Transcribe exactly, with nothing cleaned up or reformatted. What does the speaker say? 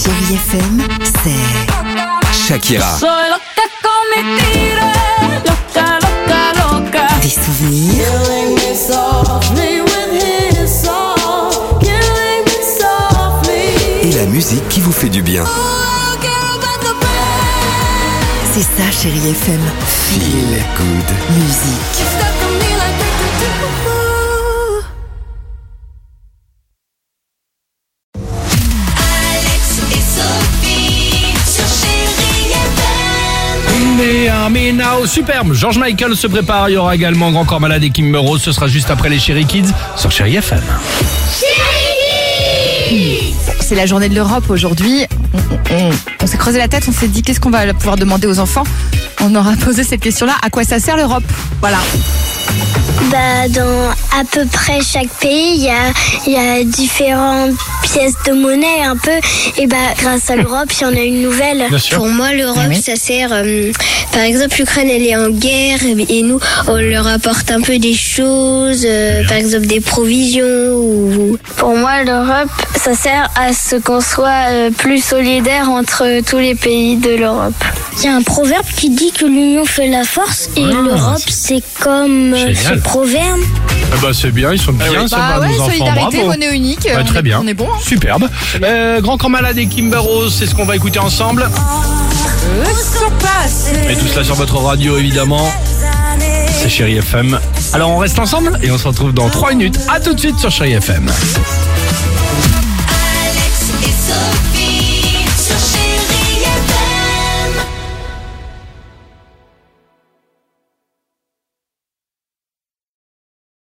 Chérie F M, c'est Shakira. Soy loca con mi tigre, loca, loca, loca. des souvenirs, Killing me softly with his song, killing me softly. Et la musique qui vous fait du bien. Oh, I don't care about the bad. c'est ça Chérie F M. Feel good. Musique. You stuck on me like do, do, do. Alex et Sophie sur Chérie F M. Mais mais now, superbe. George Michael se prépare. Il y aura également Grand Corps Malade et Kimber Rose. Ce sera juste après les Chérie Kids sur Chérie F M. C'est la journée de l'Europe aujourd'hui. On, on- on s'est creusé la tête, on s'est dit qu'est-ce qu'on va pouvoir demander aux enfants. On aura posé cette question-là. À quoi ça sert l'Europe? Voilà. Bah, dans à peu près chaque pays, il y a, il y a différentes pièces de monnaie un peu. Et bah, grâce à l'Europe, il y en a une nouvelle. Bien sûr. Pour moi, l'Europe, Oui. ça sert. euh, par exemple, l'Ukraine, elle est en guerre et nous, on leur apporte un peu des choses, euh, par exemple des provisions. Ou... Pour moi, l'Europe, ça sert à ce qu'on soit euh, plus solidaire entre tous les pays de l'Europe. Il y a un proverbe qui dit que l'union fait la force et Ah, l'Europe, c'est comme euh, Génial. ce proverbe. Eh ben, c'est bien, ils sont bien, c'est Bah pas ouais, nos enfants. solidarité, Bravo. monnaie unique. Ouais, on très est- bien. On est bon. Hein. Superbe. Euh, Grand Corps Malade et Kimber Rose, c'est ce qu'on va écouter ensemble. Et tout cela sur votre radio, évidemment. C'est Chérie F M. Alors, on reste ensemble et on se retrouve dans trois minutes. À tout de suite sur Chérie F M. Alex et Sophie.